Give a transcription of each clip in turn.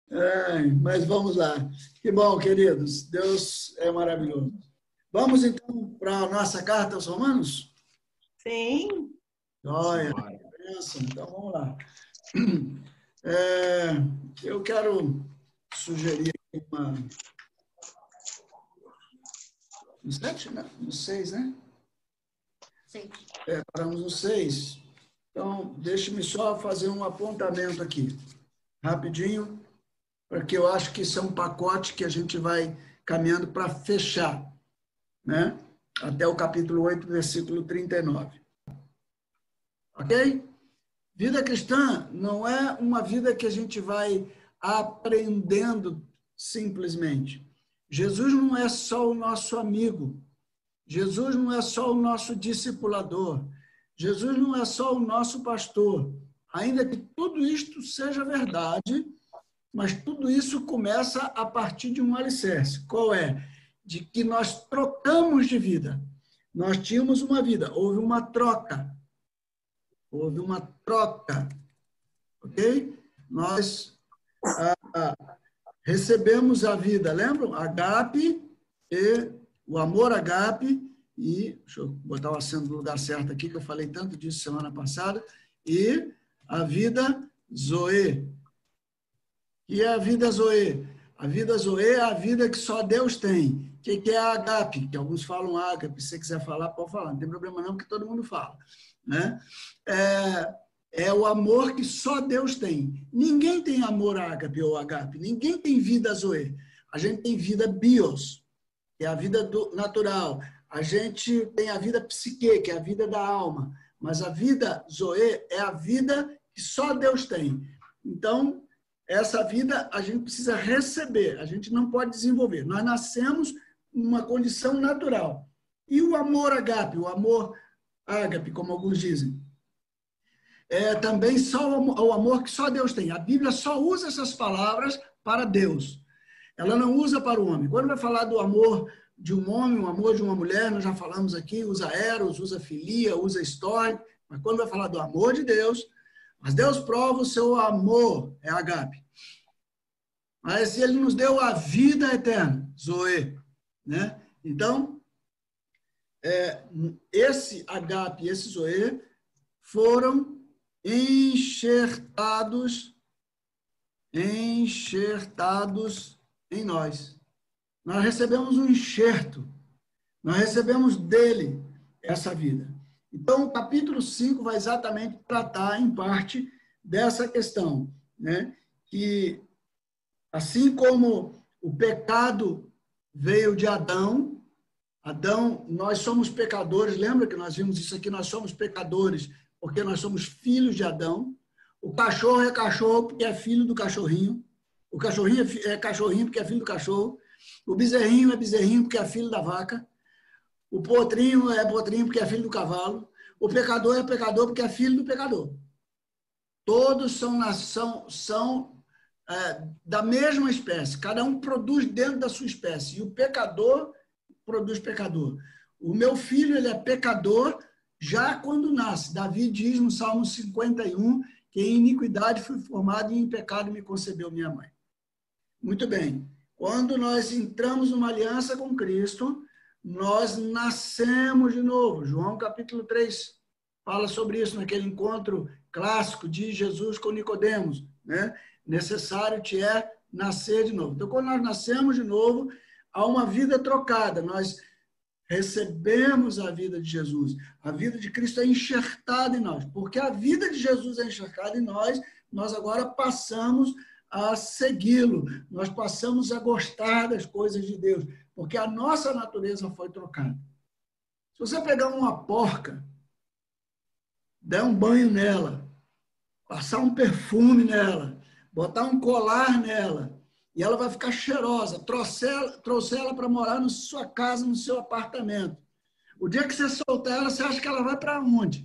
Mas vamos lá. Que bom, queridos. Deus é maravilhoso. Vamos, então, para a nossa carta aos Romanos? Sim. Olha, que bênção. Então, vamos lá. Eu quero sugerir uma... No 7? Não, no 6, né? 6. Paramos no 6. Então, deixe-me só fazer um apontamento aqui, rapidinho, porque eu acho que isso é um pacote que a gente vai caminhando para fechar, né? Até o capítulo 8, versículo 39. Ok? Vida cristã não é uma vida que a gente vai aprendendo simplesmente. Jesus não é só o nosso amigo. Jesus não é só o nosso discipulador. Jesus não é só o nosso pastor. Ainda que tudo isto seja verdade, mas tudo isso começa a partir de um alicerce. Qual é? De que nós trocamos de vida. Nós tínhamos uma vida, houve uma troca. Houve uma troca, ok? Nós recebemos a vida, lembram? Agape e o amor agape e, deixa eu botar o acento no lugar certo aqui, que eu falei tanto disso semana passada, e a vida Zoe. E é a vida Zoe? A vida Zoe é a vida que só Deus tem. O que é a agape? Que alguns falam agape, se você quiser falar, pode falar, não tem problema não, porque todo mundo fala, né? É o amor que só Deus tem. Ninguém tem amor ágape ou agape. Ninguém tem vida zoe. A gente tem vida bios, que é a vida natural. A gente tem a vida psique, que é a vida da alma. Mas a vida zoe é a vida que só Deus tem. Então, essa vida a gente precisa receber. A gente não pode desenvolver. Nós nascemos numa condição natural. E o amor agape, o amor ágape, como alguns dizem, também só o amor que só Deus tem. A Bíblia só usa essas palavras para Deus. Ela não usa para o homem. Quando vai falar do amor de um homem, o amor de uma mulher, nós já falamos aqui, usa eros, usa filia, usa storge, mas quando vai falar do amor de Deus, mas Deus prova o seu amor, é agape. Mas ele nos deu a vida eterna, zoe, né? Então, esse agape e esse zoe foram enxertados em nós. Nós recebemos um enxerto. Nós recebemos dele essa vida. Então, o capítulo 5 vai exatamente tratar, em parte, dessa questão, né? Que, assim como o pecado veio de Adão, nós somos pecadores, lembra que nós vimos isso aqui, nós somos pecadores, porque nós somos filhos de Adão. O cachorro é cachorro porque é filho do cachorrinho. O cachorrinho é cachorrinho porque é filho do cachorro. O bezerrinho é bezerrinho porque é filho da vaca. O potrinho é potrinho porque é filho do cavalo. O pecador é pecador porque é filho do pecador. Todos são da mesma espécie. Cada um produz dentro da sua espécie. E o pecador produz pecador. O meu filho, ele é pecador já quando nasce. Davi diz no Salmo 51 que em iniquidade fui formado e em pecado me concebeu minha mãe. Muito bem. Quando nós entramos numa aliança com Cristo, nós nascemos de novo. João capítulo 3 fala sobre isso naquele encontro clássico de Jesus com Nicodemos, né? Necessário te é nascer de novo. Então, quando nós nascemos de novo, há uma vida trocada. Nós recebemos a vida de Jesus. A vida de Cristo é enxertada em nós. Porque a vida de Jesus é enxertada em nós, nós agora passamos a segui-lo. Nós passamos a gostar das coisas de Deus. Porque a nossa natureza foi trocada. Se você pegar uma porca, der um banho nela, passar um perfume nela, botar um colar nela, e ela vai ficar cheirosa, trouxer ela para morar na sua casa, no seu apartamento. O dia que você soltar ela, você acha que ela vai para onde?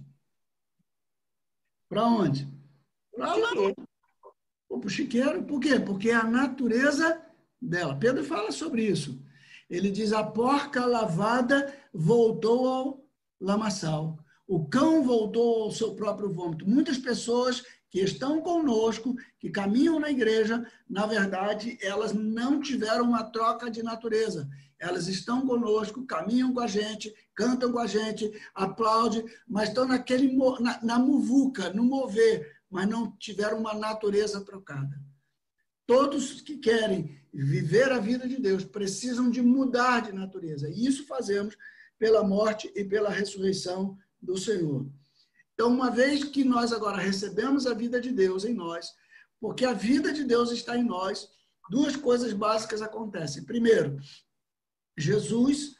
Para onde? Para lá. Para o chiqueiro. Por quê? Porque é a natureza dela. Pedro fala sobre isso. Ele diz, a porca lavada voltou ao lamaçal. O cão voltou ao seu próprio vômito. Muitas pessoas que estão conosco, que caminham na igreja, na verdade, elas não tiveram uma troca de natureza. Elas estão conosco, caminham com a gente, cantam com a gente, aplaudem, mas estão na muvuca, no mover, mas não tiveram uma natureza trocada. Todos que querem viver a vida de Deus precisam de mudar de natureza. E isso fazemos pela morte e pela ressurreição do Senhor. Então, uma vez que nós agora recebemos a vida de Deus em nós, porque a vida de Deus está em nós, duas coisas básicas acontecem. Primeiro, Jesus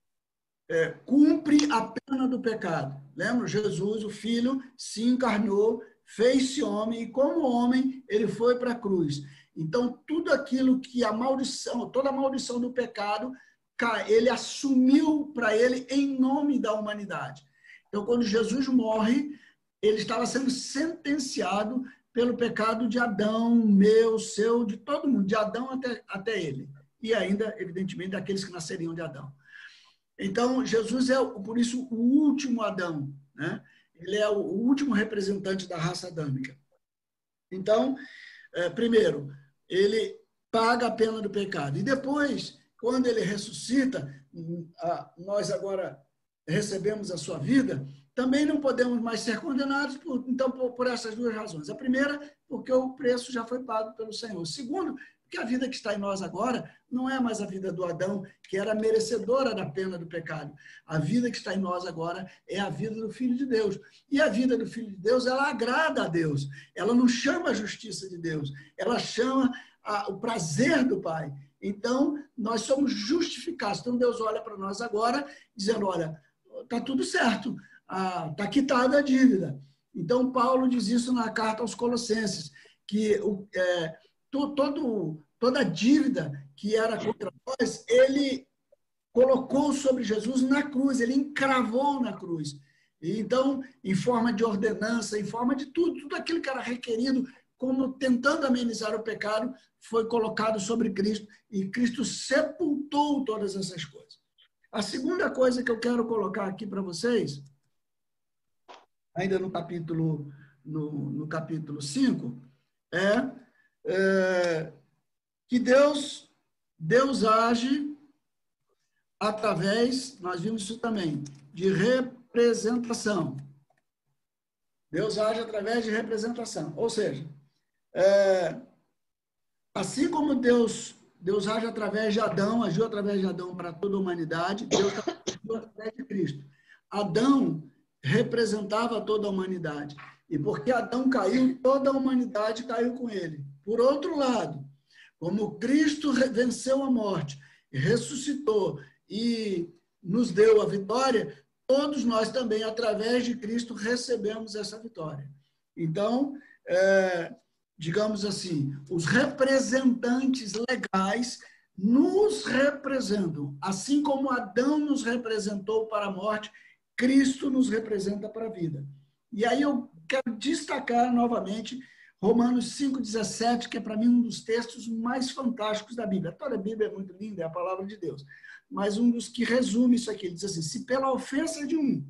cumpre a pena do pecado. Lembra? Jesus, o Filho, se encarnou, fez-se homem, e como homem, ele foi para a cruz. Então, tudo aquilo que a maldição, toda a maldição do pecado, ele assumiu para ele em nome da humanidade. Então, quando Jesus morre, ele estava sendo sentenciado pelo pecado de Adão, meu, seu, de todo mundo, de Adão até ele. E ainda, evidentemente, daqueles que nasceriam de Adão. Então, Jesus é, por isso, o último Adão, né? Ele é o último representante da raça adâmica. Então, primeiro, ele paga a pena do pecado. E depois, quando ele ressuscita, nós agora recebemos a sua vida, também não podemos mais ser condenados por essas duas razões. A primeira, porque o preço já foi pago pelo Senhor. Segundo, porque a vida que está em nós agora não é mais a vida do Adão, que era merecedora da pena do pecado. A vida que está em nós agora é a vida do Filho de Deus. E a vida do Filho de Deus, ela agrada a Deus. Ela não chama a justiça de Deus, ela chama o prazer do Pai. Então, nós somos justificados. Então, Deus olha para nós agora, dizendo, olha, está tudo certo, está quitada a dívida. Então, Paulo diz isso na carta aos Colossenses, que toda a dívida que era contra nós, ele colocou sobre Jesus na cruz, ele encravou na cruz. E, então, em forma de ordenança, em forma de tudo aquilo que era requerido, como tentando amenizar o pecado, foi colocado sobre Cristo, e Cristo sepultou todas essas coisas. A segunda coisa que eu quero colocar aqui para vocês, ainda no capítulo 5, que Deus age através, nós vimos isso também, de representação. Deus age através de representação. Ou seja, assim como Deus age através de Adão, agiu através de Adão para toda a humanidade, Deus agiu através de Cristo. Adão representava toda a humanidade. E porque Adão caiu, toda a humanidade caiu com ele. Por outro lado, como Cristo venceu a morte, ressuscitou e nos deu a vitória, todos nós também, através de Cristo, recebemos essa vitória. Então, digamos assim, os representantes legais nos representam. Assim como Adão nos representou para a morte, Cristo nos representa para a vida. E aí eu quero destacar novamente Romanos 5,17, que é para mim um dos textos mais fantásticos da Bíblia. Toda a Bíblia é muito linda, é a palavra de Deus. Mas um dos que resume isso aqui, ele diz assim, se pela ofensa de um,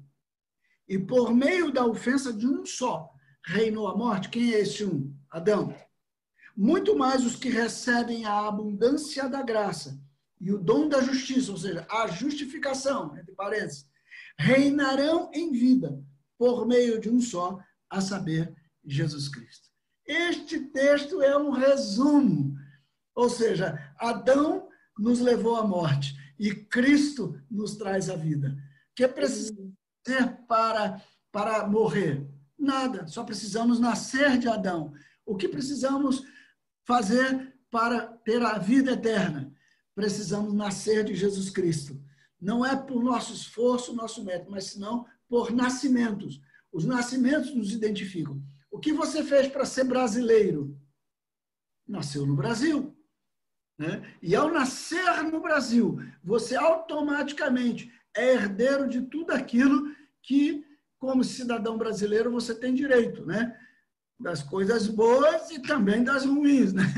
e por meio da ofensa de um só, reinou a morte, quem é esse um? Adão. Muito mais os que recebem a abundância da graça e o dom da justiça, ou seja, a justificação, entre parênteses, reinarão em vida por meio de um só, a saber, Jesus Cristo. Este texto é um resumo, ou seja, Adão nos levou à morte e Cristo nos traz a vida. O que precisa ser para morrer? Nada, só precisamos nascer de Adão. O que precisamos fazer para ter a vida eterna? Precisamos nascer de Jesus Cristo. Não é por nosso esforço, nosso mérito, mas senão por nascimentos. Os nascimentos nos identificam. O que você fez para ser brasileiro? Nasceu no Brasil. Né? E ao nascer no Brasil, você automaticamente é herdeiro de tudo aquilo que, como cidadão brasileiro, você tem direito, né? Das coisas boas e também das ruins, né?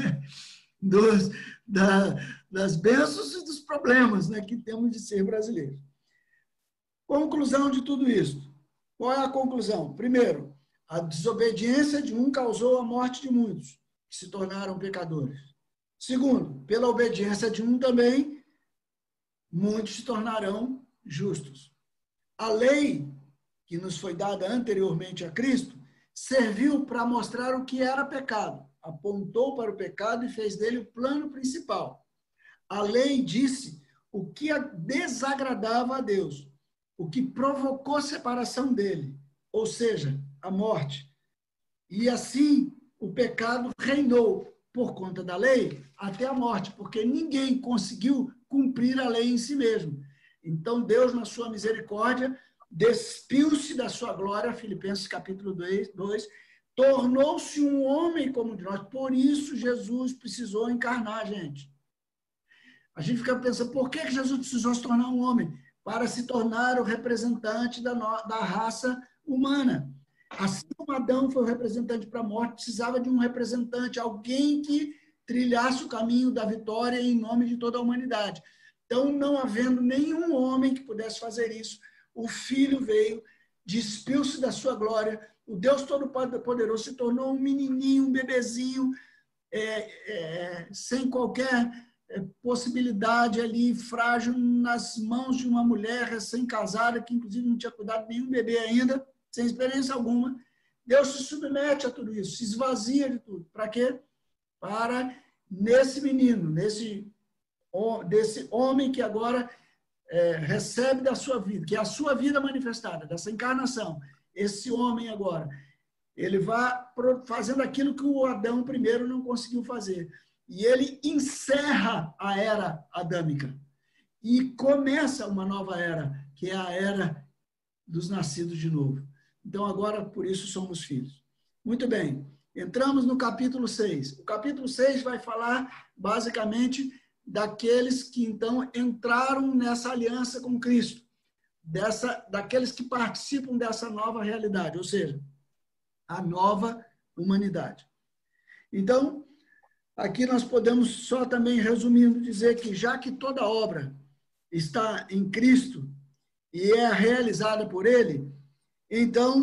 Das bênçãos e dos problemas, né, que temos de ser brasileiros. Conclusão de tudo isso. Qual é a conclusão? Primeiro, A desobediência de um causou a morte de muitos, que se tornaram pecadores. Segundo, pela obediência de um também, muitos se tornarão justos. A lei, que nos foi dada anteriormente a Cristo, serviu para mostrar o que era pecado. Apontou para o pecado e fez dele o plano principal. A lei disse o que desagradava a Deus, o que provocou separação dele, ou seja, a morte. E assim o pecado reinou por conta da lei até a morte, porque ninguém conseguiu cumprir a lei em si mesmo. Então Deus, na sua misericórdia, despiu-se da sua glória, Filipenses capítulo 2, tornou-se um homem como de nós. Por isso Jesus precisou encarnar, gente. A gente fica pensando, por que Jesus precisou se tornar um homem? Para se tornar o representante da raça humana. Assim como Adão foi o representante para a morte, precisava de um representante, alguém que trilhasse o caminho da vitória em nome de toda a humanidade. Então, não havendo nenhum homem que pudesse fazer isso, o Filho veio, despiu-se da sua glória, o Deus Todo-Poderoso se tornou um menininho, um bebezinho, sem qualquer possibilidade ali, frágil, nas mãos de uma mulher recém-casada, que inclusive não tinha cuidado de nenhum bebê ainda, sem experiência alguma. Deus se submete a tudo isso, se esvazia de tudo. Para quê? Para, nesse menino, desse homem que agora recebe da sua vida, que é a sua vida manifestada, dessa encarnação. Esse homem agora, ele vai fazendo aquilo que o Adão primeiro não conseguiu fazer. E ele encerra a era adâmica. E começa uma nova era, que é a era dos nascidos de novo. Então, agora, por isso, somos filhos. Muito bem. Entramos no capítulo 6. O capítulo 6 vai falar, basicamente, daqueles que, então, entraram nessa aliança com Cristo. Daqueles que participam dessa nova realidade, ou seja, a nova humanidade. Então, aqui nós podemos só também, resumindo, dizer que já que toda obra está em Cristo e é realizada por Ele, então,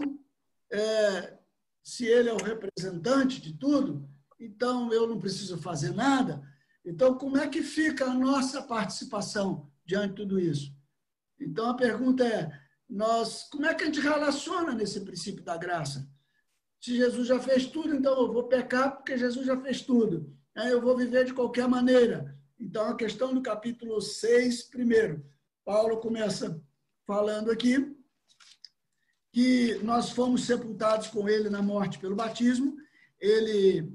se Ele é o representante de tudo, então eu não preciso fazer nada. Então, como é que fica a nossa participação diante de tudo isso? Então, a pergunta é, como é que a gente relaciona nesse princípio da graça? Se Jesus já fez tudo, então eu vou pecar porque Jesus já fez tudo. Eu vou viver de qualquer maneira. Então, a questão do capítulo 6, primeiro, Paulo começa falando aqui que nós fomos sepultados com ele na morte pelo batismo. Ele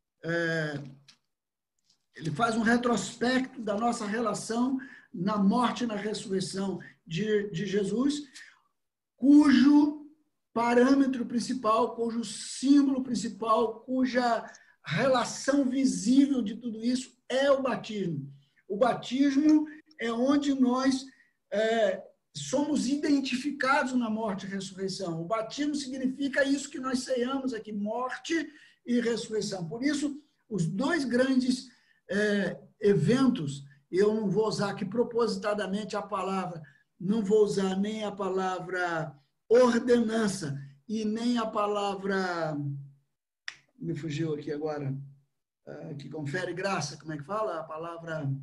faz um retrospecto da nossa relação na morte e na ressurreição de Jesus, cujo parâmetro principal, cujo símbolo principal, cuja relação visível de tudo isso é o batismo. O batismo é onde nós somos identificados na morte e ressurreição. O batismo significa isso que nós ceiamos aqui, morte e ressurreição. Por isso, os dois grandes eventos, eu não vou usar aqui propositadamente a palavra, não vou usar nem a palavra ordenança e nem a palavra, me fugiu aqui agora, que confere graça, como é que fala? A palavra...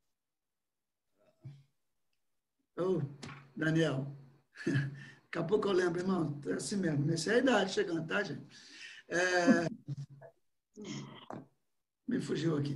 Daniel, daqui a pouco eu lembro, irmão, é assim mesmo, nessa é a idade chegando, tá, gente? Me fugiu aqui.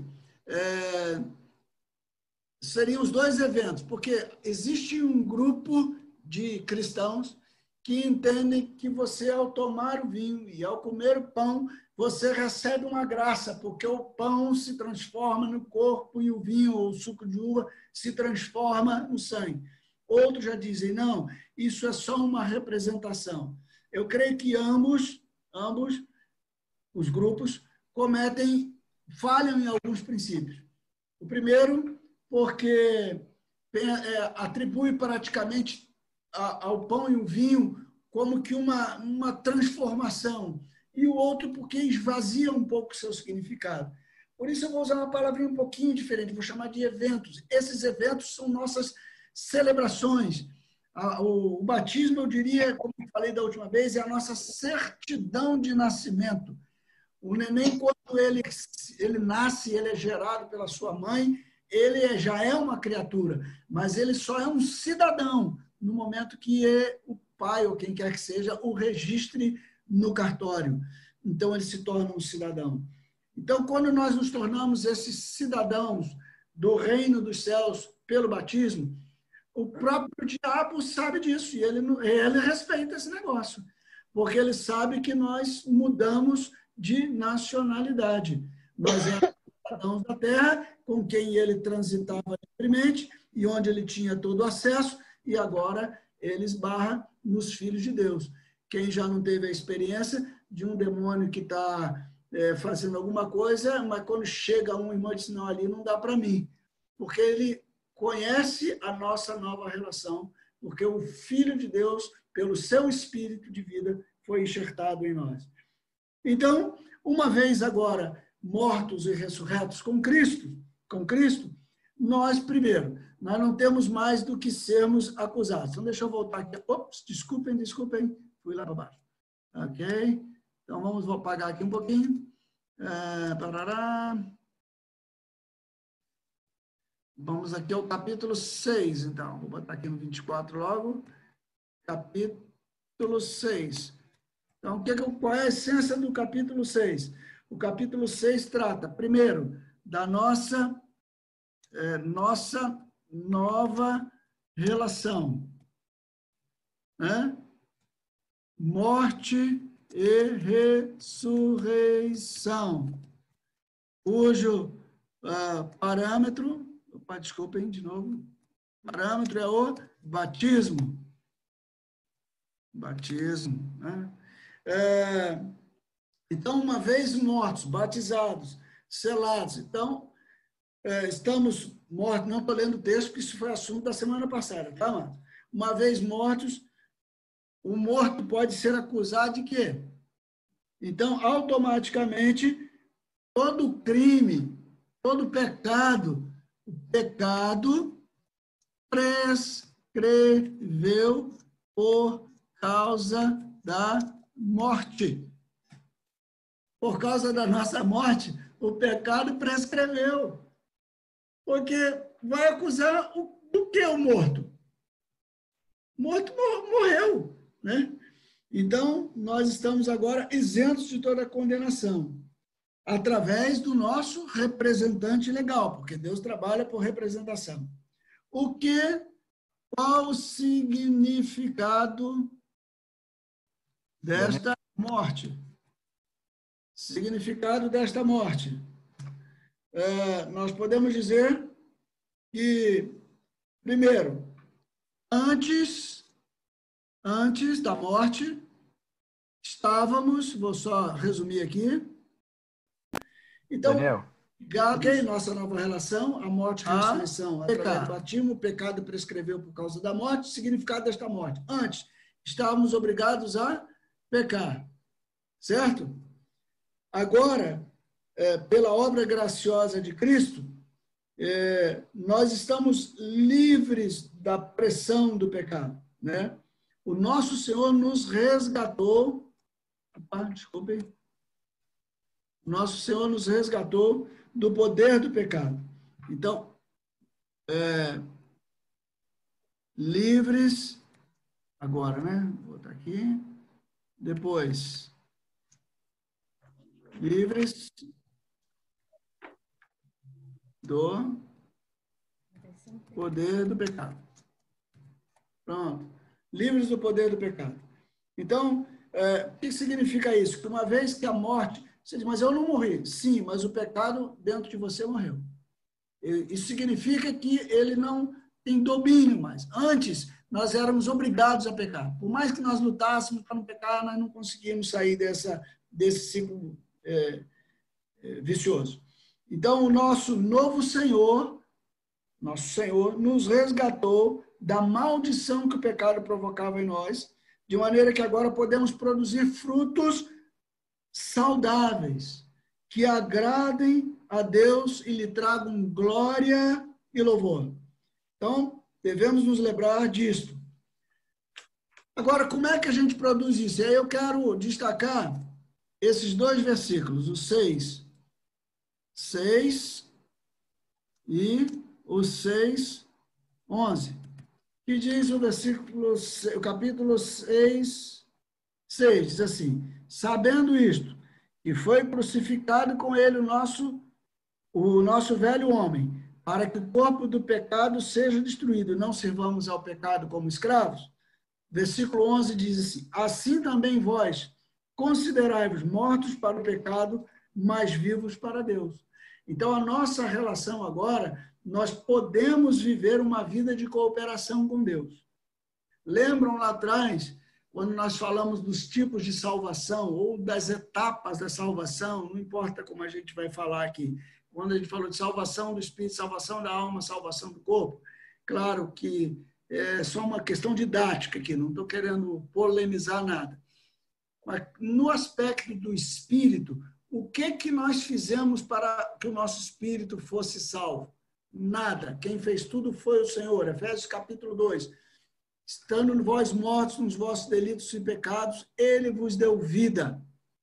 Seriam os dois eventos, porque existe um grupo de cristãos que entendem que você, ao tomar o vinho e ao comer o pão, você recebe uma graça, porque o pão se transforma no corpo e o vinho, ou o suco de uva, se transforma no sangue. Outros já dizem, não, isso é só uma representação. Eu creio que ambos os grupos, falham em alguns princípios. O primeiro, porque atribui praticamente ao pão e o vinho como que uma transformação. E o outro, porque esvazia um pouco o seu significado. Por isso, eu vou usar uma palavrinha um pouquinho diferente, vou chamar de eventos. Esses eventos são nossas celebrações, O batismo, eu diria, como eu falei da última vez, é a nossa certidão de nascimento. O neném, quando ele nasce, ele é gerado pela sua mãe, ele já é uma criatura, mas ele só é um cidadão no momento que o pai, ou quem quer que seja, o registre no cartório. Então, ele se torna um cidadão. Então, quando nós nos tornamos esses cidadãos do reino dos céus pelo batismo, o próprio diabo sabe disso e ele respeita esse negócio, porque ele sabe que nós mudamos de nacionalidade. Nós éramos cidadãos da terra, com quem ele transitava livremente e onde ele tinha todo acesso, e agora ele esbarra nos filhos de Deus. Quem já não teve a experiência de um demônio que está fazendo alguma coisa, mas quando chega um irmão e diz, não, ali não dá para mim, porque ele conhece a nossa nova relação, porque o Filho de Deus, pelo seu Espírito de vida, foi enxertado em nós. Então, uma vez agora mortos e ressurretos com Cristo, nós, primeiro, nós não temos mais do que sermos acusados. Então, deixa eu voltar aqui. Ops, desculpem, fui lá para baixo. Ok? Então, vou apagar aqui um pouquinho. Parará. Vamos aqui ao capítulo 6, então. Vou botar aqui no 24 logo. Capítulo 6. Então, qual é a essência do capítulo 6? O capítulo 6 trata, primeiro, da nossa nova relação. Né? Morte e ressurreição. Cujo parâmetro... Desculpem, de novo. O parâmetro é o batismo. Batismo. Né? Então, uma vez mortos, batizados, selados. Então, estamos mortos. Não estou lendo o texto, porque isso foi assunto da semana passada, tá, mano? Uma vez mortos, o morto pode ser acusado de quê? Então, automaticamente, todo crime, todo pecado, o pecado prescreveu por causa da morte. Por causa da nossa morte, o pecado prescreveu. Porque vai acusar do que o morto? O morto morreu, né? Então, nós estamos agora isentos de toda condenação, através do nosso representante legal, porque Deus trabalha por representação. Qual o significado desta morte? Significado desta morte. Nós podemos dizer que, primeiro, antes da morte, estávamos, vou só resumir aqui. Então, ok, nossa nova relação, a morte e a ressurreição, através do batismo, o pecado prescreveu por causa da morte, significado desta morte. Antes, estávamos obrigados a pecar, certo? Agora, pela obra graciosa de Cristo, nós estamos livres da pressão do pecado, né? O nosso Senhor nos resgatou, desculpem, o nosso Senhor nos resgatou do poder do pecado. Então, livres, agora, né? Vou botar aqui, depois, livres do poder do pecado. Pronto. Livres do poder do pecado. Então, o que significa isso? Que uma vez que a morte... Você diz, mas eu não morri. Sim, mas o pecado dentro de você morreu. Isso significa que ele não tem domínio mais. Antes, nós éramos obrigados a pecar. Por mais que nós lutássemos para não pecar, nós não conseguíamos sair desse ciclo vicioso. Então, o nosso novo Senhor, nos resgatou da maldição que o pecado provocava em nós, de maneira que agora podemos produzir frutos saudáveis, que agradem a Deus e lhe tragam glória e louvor. Então, devemos nos lembrar disto. Agora, como é que a gente produz isso? E aí eu quero destacar esses dois versículos, o 6 e o 6:11, que diz o versículo, o capítulo 6, diz assim: sabendo isto, que foi crucificado com ele o nosso velho homem, para que o corpo do pecado seja destruído, não sirvamos ao pecado como escravos. Versículo 11 diz assim: assim também vós considerai-vos mortos para o pecado, mas vivos para Deus. Então, a nossa relação agora, nós podemos viver uma vida de cooperação com Deus. Lembram lá atrás, quando nós falamos dos tipos de salvação ou das etapas da salvação, não importa como a gente vai falar aqui, quando a gente falou de salvação do espírito, salvação da alma, salvação do corpo, claro que é só uma questão didática aqui, não estou querendo polemizar nada. Mas no aspecto do espírito, o que nós fizemos para que o nosso espírito fosse salvo? Nada. Quem fez tudo foi o Senhor. Efésios capítulo 2. Estando vós mortos nos vossos delitos e pecados, ele vos deu vida.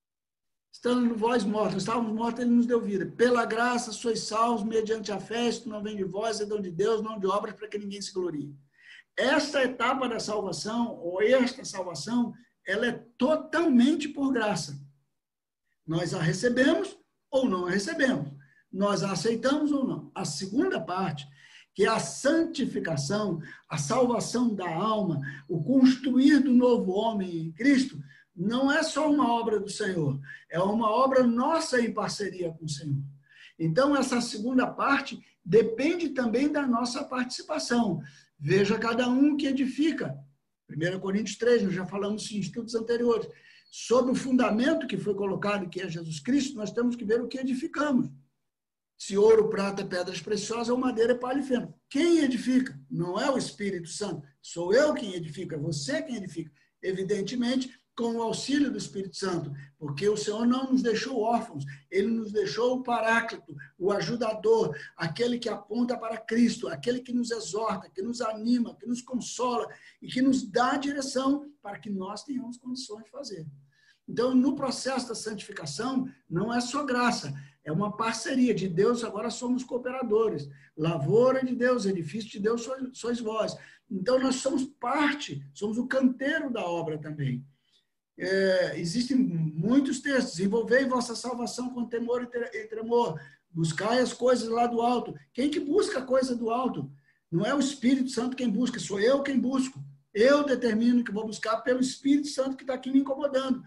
Estando vós mortos, estávamos mortos, ele nos deu vida. Pela graça sois salvos, mediante a fé, isto não vem de vós, é dom de Deus, não de obras, para que ninguém se glorie. Esta etapa da salvação, ou esta salvação, ela é totalmente por graça. Nós a recebemos ou não a recebemos. Nós a aceitamos ou não. A segunda parte, que é a santificação, a salvação da alma, o construir do novo homem em Cristo, não é só uma obra do Senhor, é uma obra nossa em parceria com o Senhor. Então, essa segunda parte depende também da nossa participação. Veja cada um que edifica. 1 Coríntios 3, nós já falamos em estudos anteriores. Sobre o fundamento que foi colocado, que é Jesus Cristo, nós temos que ver o que edificamos. Se ouro, prata, pedras preciosas, ou madeira, palha e feno. Quem edifica? Não é o Espírito Santo. Sou eu quem edifica, é você quem edifica. Evidentemente, com o auxílio do Espírito Santo, porque o Senhor não nos deixou órfãos, ele nos deixou o Paráclito, o ajudador, aquele que aponta para Cristo, aquele que nos exorta, que nos anima, que nos consola e que nos dá a direção para que nós tenhamos condições de fazer. Então, no processo da santificação, não é só graça, é uma parceria de Deus, agora somos cooperadores. Lavoura de Deus, edifício de Deus sois vós. Então, nós somos parte, somos o canteiro da obra também. Existem muitos textos. Envolvei vossa salvação com temor e tremor. Buscai as coisas lá do alto. Quem que busca a coisa do alto? Não é o Espírito Santo quem busca, sou eu quem busco. Eu determino que vou buscar pelo Espírito Santo que está aqui me incomodando.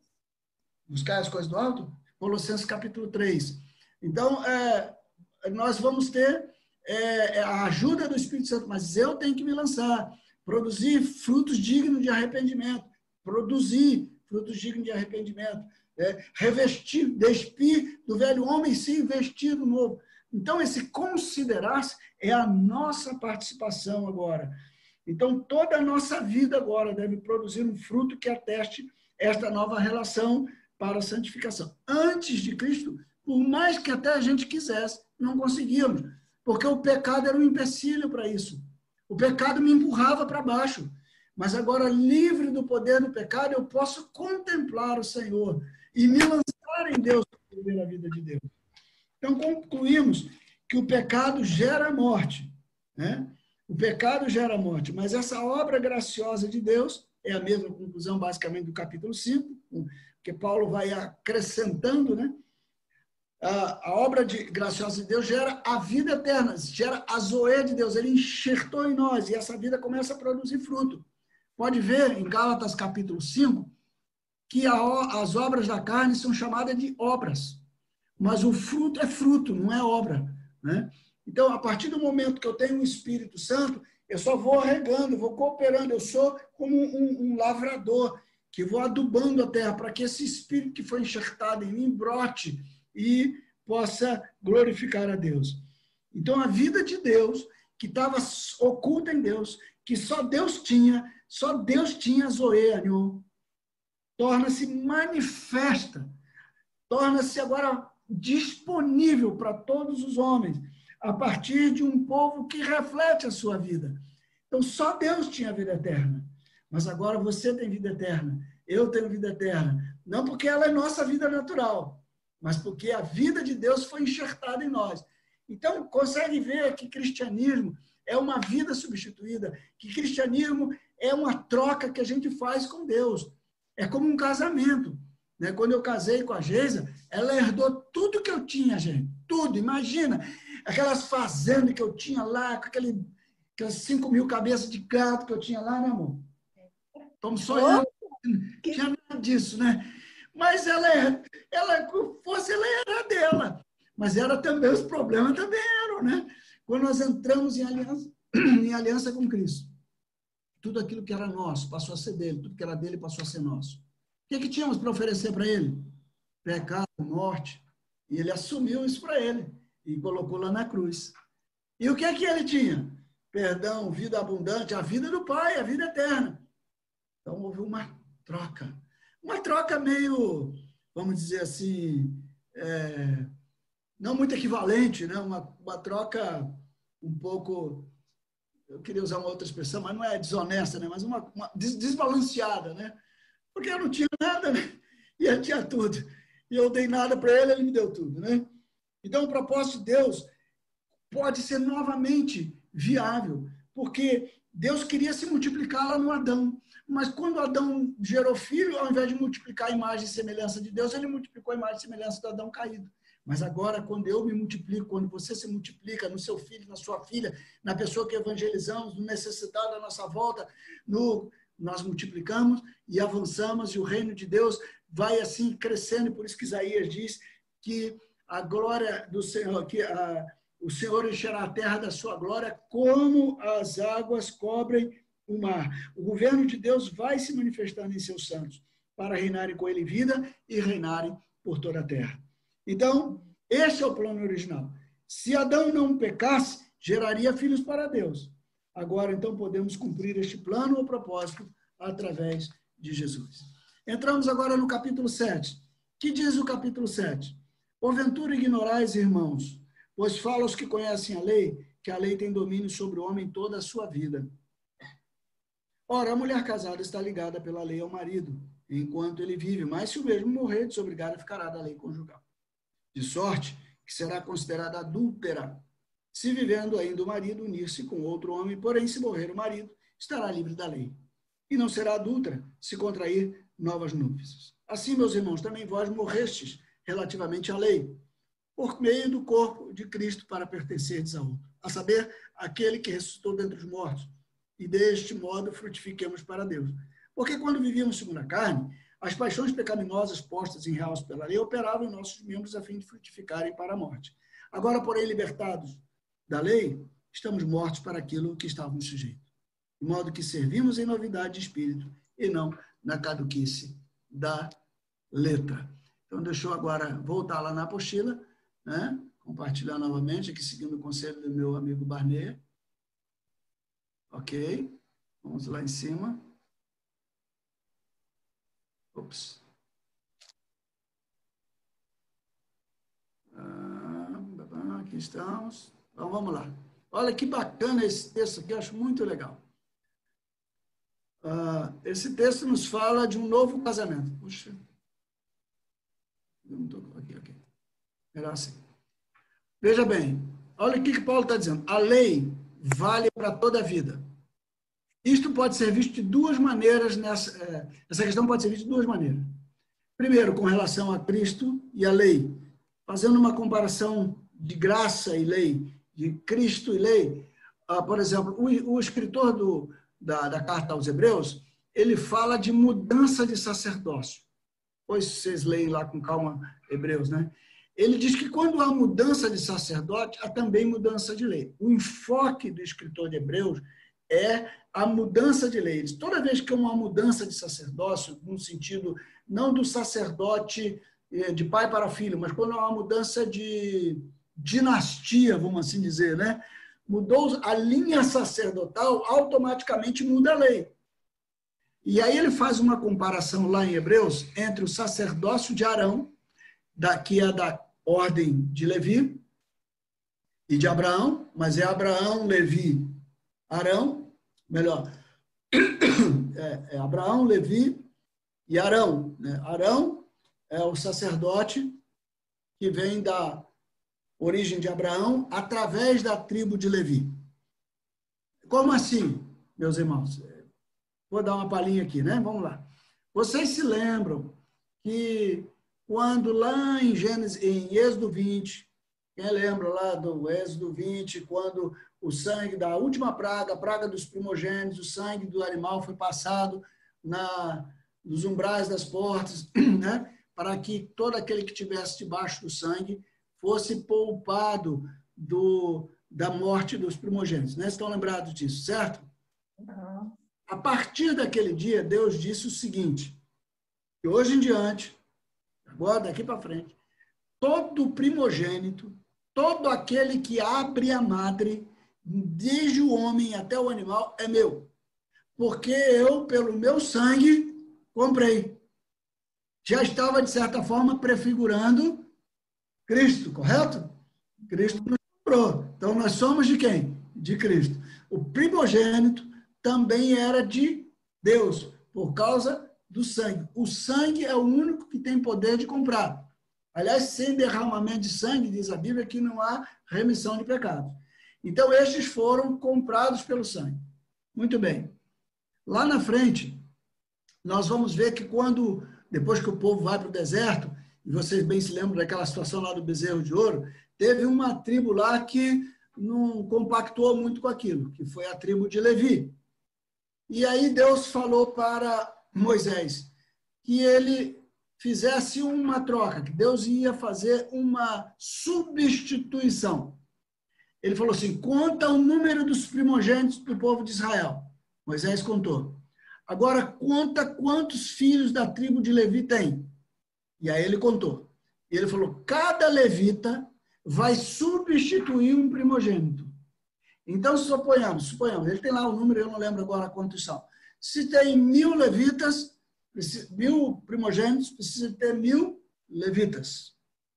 Buscar as coisas do alto? Colossenses capítulo 3. Então, nós vamos ter a ajuda do Espírito Santo, mas eu tenho que me lançar, produzir frutos dignos de arrependimento. Produzir frutos dignos de arrependimento, revestir, despir do velho homem e se vestir do novo. Então, esse considerar-se é a nossa participação agora. Então, toda a nossa vida agora deve produzir um fruto que ateste esta nova relação para a santificação. Antes de Cristo, por mais que até a gente quisesse, não conseguíamos, porque o pecado era um empecilho para isso. O pecado me empurrava para baixo. Mas agora, livre do poder do pecado, eu posso contemplar o Senhor e me lançar em Deus para viver a vida de Deus. Então, concluímos que o pecado gera morte, né? O pecado gera morte, mas essa obra graciosa de Deus é a mesma conclusão, basicamente, do capítulo 5, porque Paulo vai acrescentando, né? A obra graciosa de Deus gera a vida eterna, gera a zoe de Deus, ele enxertou em nós, e essa vida começa a produzir fruto. Pode ver em Gálatas capítulo 5 que as obras da carne são chamadas de obras, mas o fruto é fruto, não é obra, né? Então, a partir do momento que eu tenho o Espírito Santo, eu só vou regando, vou cooperando, eu sou como um lavrador que vou adubando a terra para que esse Espírito que foi enxertado em mim brote e possa glorificar a Deus. Então, a vida de Deus, que estava oculta em Deus, que só Deus tinha a zoe, torna-se manifesta, torna-se agora disponível para todos os homens, a partir de um povo que reflete a sua vida. Então, só Deus tinha a vida eterna. mas agora você tem vida eterna, eu tenho vida eterna. Não porque ela é nossa vida natural, mas porque a vida de Deus foi enxertada em nós. Então, consegue ver que cristianismo é uma vida substituída, que cristianismo é uma troca que a gente faz com Deus. É como um casamento. Né? Quando eu casei com a Geisa, ela herdou tudo que eu tinha, gente. Tudo. Imagina, aquelas fazendas que eu tinha lá, com aquelas 5.000 cabeças de gato que eu tinha lá, né, amor? Estamos sonhando. Não tinha nada disso, né? Mas ela era dela. Mas era também, os problemas também eram, né? Quando nós entramos em aliança com Cristo, tudo aquilo que era nosso passou a ser dele, tudo que era dele passou a ser nosso. O que tínhamos para oferecer para ele? Pecado, morte. E ele assumiu isso para ele e colocou lá na cruz. E o que ele tinha? Perdão, vida abundante, a vida do Pai, a vida eterna. Então houve uma troca meio, vamos dizer assim, não muito equivalente, né? Uma troca um pouco, eu queria usar uma outra expressão, mas não é desonesta, né? Mas uma desbalanceada, né? Porque eu não tinha nada, né? E ele tinha tudo. E eu dei nada para ele, ele me deu tudo, né? Então, o propósito de Deus pode ser novamente viável, porque Deus queria se multiplicar lá no Adão. Mas quando Adão gerou filho, ao invés de multiplicar a imagem e semelhança de Deus, ele multiplicou a imagem e semelhança do Adão caído. Mas agora, quando eu me multiplico, quando você se multiplica no seu filho, na sua filha, na pessoa que evangelizamos, no necessitado da nossa volta, nós multiplicamos e avançamos, e o reino de Deus vai assim crescendo. Por isso que Isaías diz que a glória do Senhor, o Senhor encherá a terra da sua glória como as águas cobrem o mar. O governo de Deus vai se manifestando em seus santos para reinarem com ele em vida e reinarem por toda a terra. Então, esse é o plano original. Se Adão não pecasse, geraria filhos para Deus. Agora, então, podemos cumprir este plano ou propósito através de Jesus. Entramos agora no capítulo 7. Que diz o capítulo 7? Porventura ignorais, irmãos, pois fala aos que conhecem a lei, que a lei tem domínio sobre o homem toda a sua vida. Ora, a mulher casada está ligada pela lei ao marido, enquanto ele vive, mas se o mesmo morrer, desobrigada ficará da lei conjugal. De sorte que será considerada adúltera, se vivendo ainda o marido unir-se com outro homem, porém, se morrer o marido, estará livre da lei. E não será adúltera se contrair novas núpcias. Assim, meus irmãos, também vós morrestes relativamente à lei, por meio do corpo de Cristo para pertencerdes a outro, a saber, aquele que ressuscitou dentre os mortos, e deste modo frutifiquemos para Deus. Porque quando vivíamos segundo a carne, as paixões pecaminosas postas em realce pela lei operavam em nossos membros a fim de frutificarem para a morte. Agora, porém, libertados da lei, estamos mortos para aquilo que estávamos sujeitos. De modo que servimos em novidade de espírito e não na caduquice da letra. Então, deixa eu agora voltar lá na apostila, né? Compartilhar novamente, aqui seguindo o conselho do meu amigo Barney. Ok, vamos lá em cima. Ops. Aqui estamos. Então, vamos lá. Olha que bacana esse texto aqui, eu acho muito legal. Esse texto nos fala de um novo casamento. Puxa. Eu não estou aqui. Era assim. Veja bem, olha o que Paulo está dizendo. A lei vale para toda a vida. Isto pode ser visto de duas maneiras, essa questão pode ser vista de duas maneiras. Primeiro, com relação a Cristo e a lei, fazendo uma comparação de graça e lei, de Cristo e lei. Por exemplo, o escritor da carta aos Hebreus, ele fala de mudança de sacerdócio. Pois vocês leem lá com calma Hebreus, né? Ele diz que quando há mudança de sacerdote, há também mudança de lei. O enfoque do escritor de Hebreus é a mudança de leis. Toda vez que há uma mudança de sacerdócio, no sentido não do sacerdote de pai para filho, mas quando há uma mudança de dinastia, vamos assim dizer, né? Mudou a linha sacerdotal, automaticamente muda a lei. E aí ele faz uma comparação lá em Hebreus entre o sacerdócio de Arão, que é da ordem de Levi e de Abraão, mas é Abraão, Levi, Arão, melhor, é Abraão, Levi e Arão, né? Arão é o sacerdote que vem da origem de Abraão através da tribo de Levi. Como assim, meus irmãos? Vou dar uma palhinha aqui, né? Vamos lá. Vocês se lembram que quando lá em Êxodo 20, quem lembra lá do Êxodo 20, quando o sangue da última praga, a praga dos primogênitos, o sangue do animal foi passado nos umbrais das portas, né? Para que todo aquele que estivesse debaixo do sangue fosse poupado da morte dos primogênitos. Né? Estão lembrados disso, certo? Uhum. A partir daquele dia, Deus disse o seguinte, que hoje em diante, agora daqui para frente, todo primogênito, todo aquele que abre a madre, desde o homem até o animal, é meu. Porque eu, pelo meu sangue, comprei. Já estava, de certa forma, prefigurando Cristo, correto? Cristo nos comprou. Então, nós somos de quem? De Cristo. O primogênito também era de Deus, por causa do sangue. O sangue é o único que tem poder de comprar. Aliás, sem derramamento de sangue, diz a Bíblia, que não há remissão de pecados. Então, estes foram comprados pelo sangue. Muito bem. Lá na frente, nós vamos ver que depois que o povo vai para o deserto, e vocês bem se lembram daquela situação lá do bezerro de ouro, teve uma tribo lá que não compactuou muito com aquilo, que foi a tribo de Levi. E aí Deus falou para Moisés que ele fizesse uma troca, que Deus ia fazer uma substituição. Ele falou assim, conta o número dos primogênitos do povo de Israel. Moisés contou. Agora conta quantos filhos da tribo de Levi tem. E aí ele contou. E ele falou, cada levita vai substituir um primogênito. Então, suponhamos, ele tem lá o número, eu não lembro agora quantos são. Se tem 1000 levitas, 1000 primogênitos, precisa ter 1000 levitas.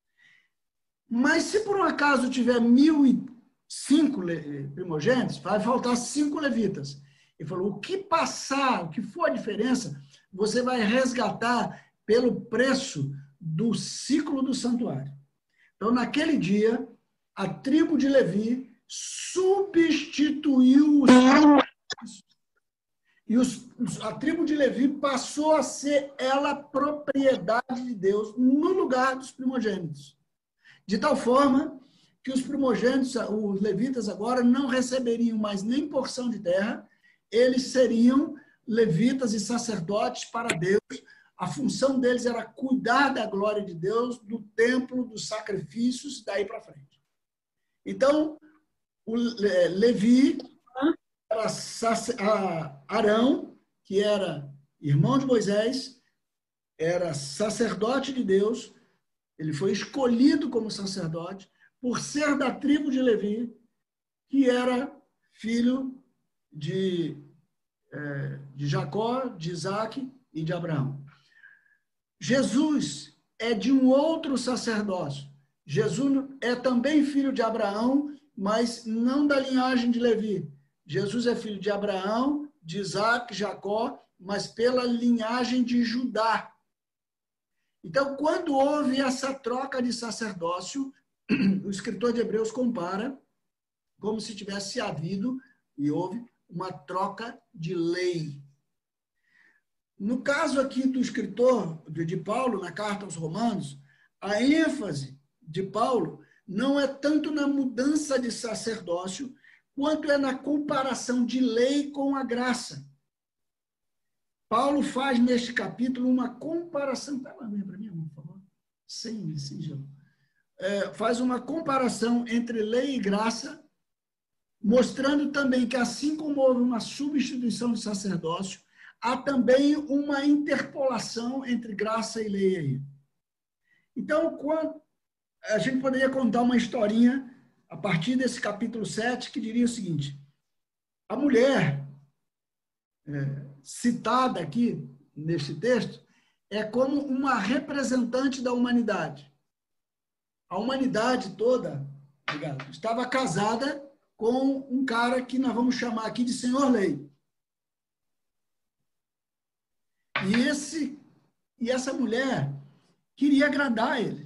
Mas se por um acaso tiver 1005 primogênitos, vai faltar 5 levitas. Ele falou, o que passar, o que for a diferença, você vai resgatar pelo preço do ciclo do santuário. Então, naquele dia, a tribo de Levi substituiu a tribo de Levi passou a ser ela propriedade de Deus no lugar dos primogênitos. De tal forma que os primogênitos, os levitas agora, não receberiam mais nem porção de terra, eles seriam levitas e sacerdotes para Deus. A função deles era cuidar da glória de Deus, do templo, dos sacrifícios, daí para frente. Então, o Levi era Arão, que era irmão de Moisés, era sacerdote de Deus, ele foi escolhido como sacerdote por ser da tribo de Levi, que era filho de Jacó, de Isaac e de Abraão. Jesus é de um outro sacerdócio. Jesus é também filho de Abraão, mas não da linhagem de Levi. Jesus é filho de Abraão, de Isaac, Jacó, mas pela linhagem de Judá. Então, quando houve essa troca de sacerdócio, o escritor de Hebreus compara como se tivesse havido, e houve, uma troca de lei. No caso aqui do escritor de Paulo, na carta aos Romanos, a ênfase de Paulo não é tanto na mudança de sacerdócio, quanto é na comparação de lei com a graça. Paulo faz neste capítulo uma comparação, para mim, por favor, sem gelo. Faz uma comparação entre lei e graça, mostrando também que assim como houve uma substituição de sacerdócio, há também uma interpolação entre graça e lei aí. Então, a gente poderia contar uma historinha a partir desse capítulo 7, que diria o seguinte, a mulher citada aqui neste texto é como uma representante da humanidade. A humanidade toda, estava casada com um cara que nós vamos chamar aqui de Senhor Lei. E essa mulher queria agradar ele.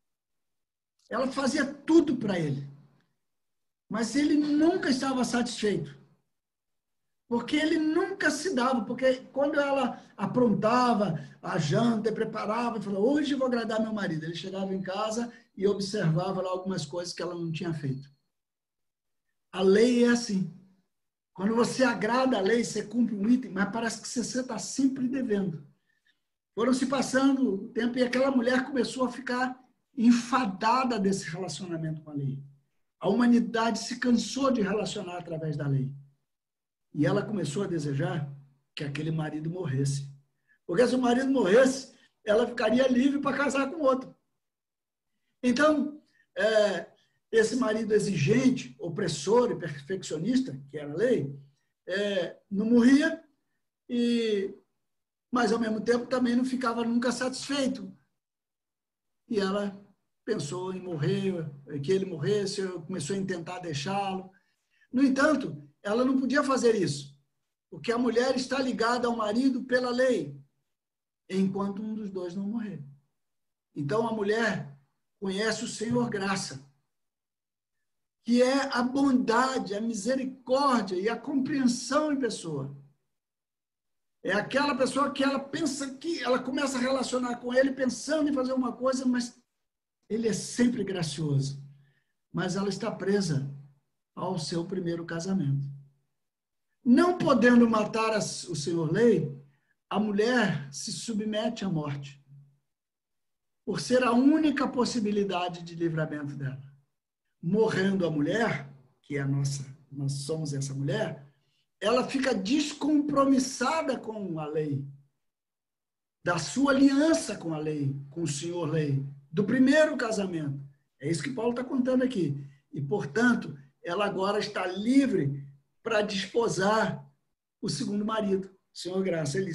Ela fazia tudo para ele. Mas ele nunca estava satisfeito. Porque ele nunca se dava. Porque quando ela aprontava a janta, preparava, e falava, hoje eu vou agradar meu marido. Ele chegava em casa e observava lá algumas coisas que ela não tinha feito. A lei é assim. Quando você agrada a lei, você cumpre um item, mas parece que você está sempre devendo. Foram se passando o tempo e aquela mulher começou a ficar enfadada desse relacionamento com a lei. A humanidade se cansou de relacionar através da lei. E ela começou a desejar que aquele marido morresse. Porque se o marido morresse, ela ficaria livre para casar com outro. Então, esse marido exigente, opressor e perfeccionista, que era a lei, não morria, mas ao mesmo tempo também não ficava nunca satisfeito. E ela pensou em morrer, que ele morresse, começou a tentar deixá-lo. No entanto, ela não podia fazer isso, porque a mulher está ligada ao marido pela lei, enquanto um dos dois não morrer. Então, a mulher conhece o Senhor graça, que é a bondade, a misericórdia e a compreensão em pessoa. É aquela pessoa que ela pensa que ela começa a relacionar com ele pensando em fazer uma coisa, mas ele é sempre gracioso. Mas ela está presa ao seu primeiro casamento. Não podendo matar o senhor lei, a mulher se submete à morte, por ser a única possibilidade de livramento dela. Morrendo a mulher, que é nós somos essa mulher, ela fica descompromissada com a lei, da sua aliança com a lei, com o senhor lei, do primeiro casamento. É isso que Paulo está contando aqui. E, portanto, ela agora está livre para desposar o segundo marido. Senhor Graça, ele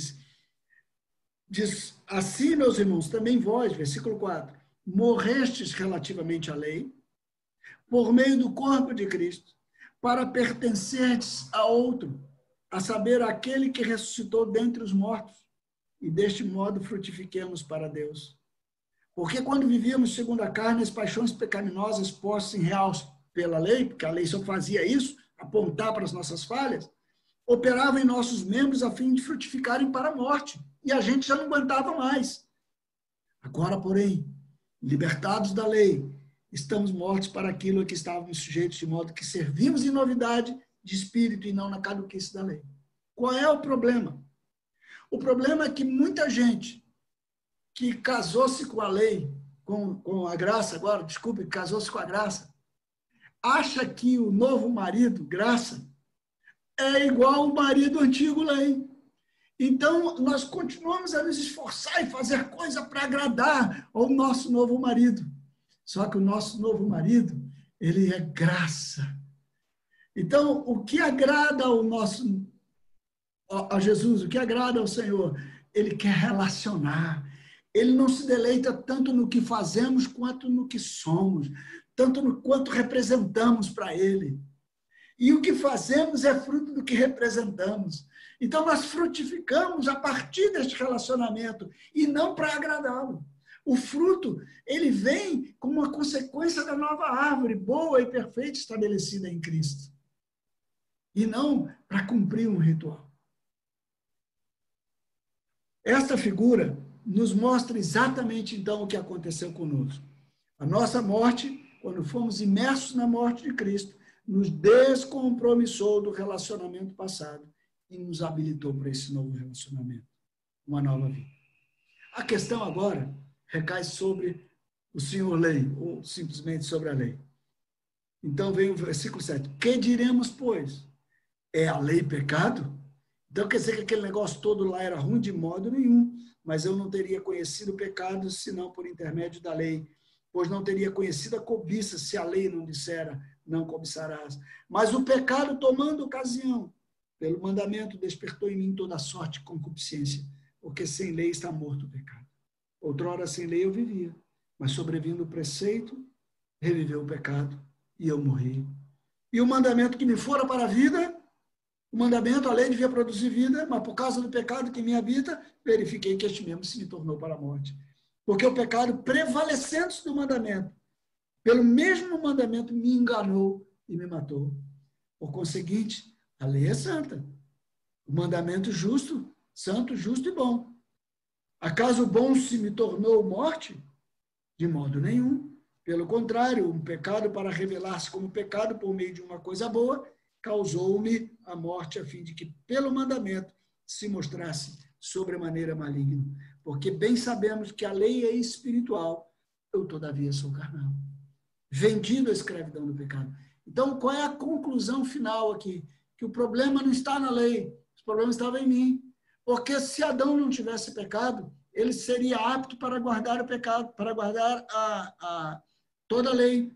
diz, assim, meus irmãos, também vós, versículo 4, morrestes relativamente à lei, por meio do corpo de Cristo, para pertencerdes a outro, a saber, aquele que ressuscitou dentre os mortos, e deste modo frutifiquemos para Deus. Porque quando vivíamos segundo a carne, as paixões pecaminosas postas em real pela lei, porque a lei só fazia isso, apontar para as nossas falhas, operava em nossos membros a fim de frutificarem para a morte. E a gente já não aguentava mais. Agora, porém, libertados da lei, estamos mortos para aquilo a que estávamos sujeitos, de modo que servimos em novidade de espírito e não na caduquice da lei. Qual é o problema? O problema é que muita gente que casou-se com a lei, com a graça agora, desculpe, casou-se com a graça, acha que o novo marido, graça, é igual ao marido antigo lei. Então, nós continuamos a nos esforçar e fazer coisa para agradar ao nosso novo marido. Só que o nosso novo marido, ele é graça. Então, o que agrada a Jesus, o que agrada ao Senhor, ele quer relacionar. Ele não se deleita tanto no que fazemos quanto no que somos, tanto no quanto representamos para ele. E o que fazemos é fruto do que representamos. Então, nós frutificamos a partir deste relacionamento e não para agradá-lo. O fruto, ele vem como uma consequência da nova árvore, boa e perfeita, estabelecida em Cristo. E não para cumprir um ritual. Esta figura nos mostra exatamente, então, o que aconteceu conosco. A nossa morte, quando fomos imersos na morte de Cristo, nos descompromissou do relacionamento passado e nos habilitou para esse novo relacionamento, uma nova vida. A questão agora recai sobre o senhor lei, ou simplesmente sobre a lei. Então vem o versículo 7. Que diremos, pois? É a lei pecado? Então quer dizer que aquele negócio todo lá era ruim de modo nenhum, mas eu não teria conhecido o pecado senão por intermédio da lei, pois não teria conhecido a cobiça se a lei não dissera, não cobiçarás. Mas o pecado, tomando ocasião, pelo mandamento, despertou em mim toda sorte de concupiscência, porque sem lei está morto o pecado. Outrora sem lei eu vivia, mas sobrevindo o preceito, reviveu o pecado e eu morri. E o mandamento que me fora para a vida, O mandamento, a lei devia produzir vida, mas por causa do pecado que me habita, verifiquei que este mesmo se me tornou para a morte. Porque o pecado, prevalecendo do mandamento, pelo mesmo mandamento, me enganou e me matou. Por conseguinte, a lei é santa. O mandamento justo, santo, justo e bom. Acaso o bom se me tornou morte? De modo nenhum. Pelo contrário, um pecado para revelar-se como pecado por meio de uma coisa boa, causou-me a morte a fim de que, pelo mandamento, se mostrasse sobremaneira maligno. Porque bem sabemos que a lei é espiritual, eu todavia sou carnal. Vendido à escravidão do pecado. Então, qual é a conclusão final aqui? Que o problema não está na lei, o problema estava em mim. Porque se Adão não tivesse pecado, ele seria apto para guardar o pecado, para guardar toda a lei.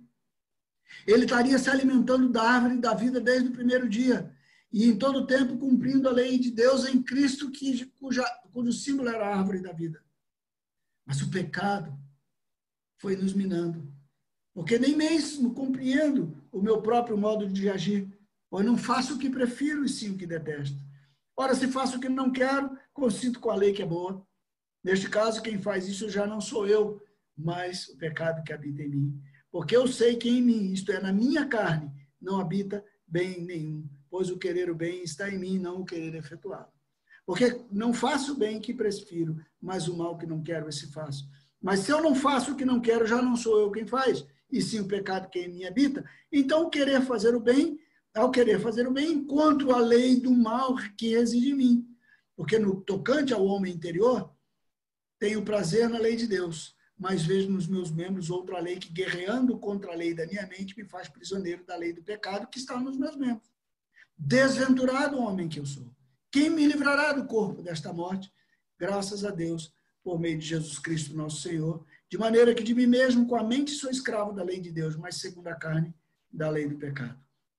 Ele estaria se alimentando da árvore da vida desde o primeiro dia, e em todo o tempo cumprindo a lei de Deus em Cristo, cujo símbolo era a árvore da vida. Mas o pecado foi nos minando, porque nem mesmo compreendo o meu próprio modo de agir, pois não faço o que prefiro e sim o que detesto. Ora, se faço o que não quero, consinto com a lei que é boa. Neste caso, quem faz isso já não sou eu, mas o pecado que habita em mim. Porque eu sei que em mim, isto é, na minha carne, não habita bem nenhum, pois o querer o bem está em mim, não o querer efetuá-lo. Porque não faço o bem que prefiro, mas o mal que não quero, esse faço. Mas se eu não faço o que não quero, já não sou eu quem faz, e sim o pecado que em mim habita. Então, ao querer fazer o bem, encontro a lei do mal que reside em mim. Porque no tocante ao homem interior, tenho prazer na lei de Deus, mas vejo nos meus membros outra lei que, guerreando contra a lei da minha mente, me faz prisioneiro da lei do pecado que está nos meus membros. Desventurado homem que eu sou. Quem me livrará do corpo desta morte? Graças a Deus, por meio de Jesus Cristo, nosso Senhor, de maneira que de mim mesmo, com a mente, sou escravo da lei de Deus, mas segundo a carne, da lei do pecado.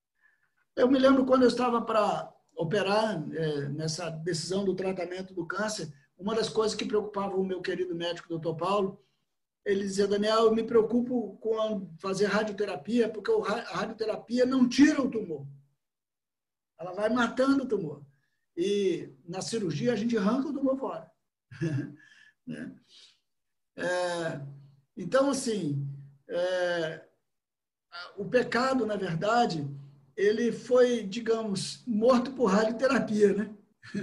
Eu me lembro quando eu estava para operar nessa decisão do tratamento do câncer, uma das coisas que preocupava o meu querido médico, doutor Paulo, ele dizia: Daniel, eu me preocupo com fazer radioterapia, porque a radioterapia não tira o tumor. Ela vai matando o tumor. E na cirurgia a gente arranca o tumor fora. Né? Então, assim, o pecado, na verdade, ele foi, digamos, morto por radioterapia, né?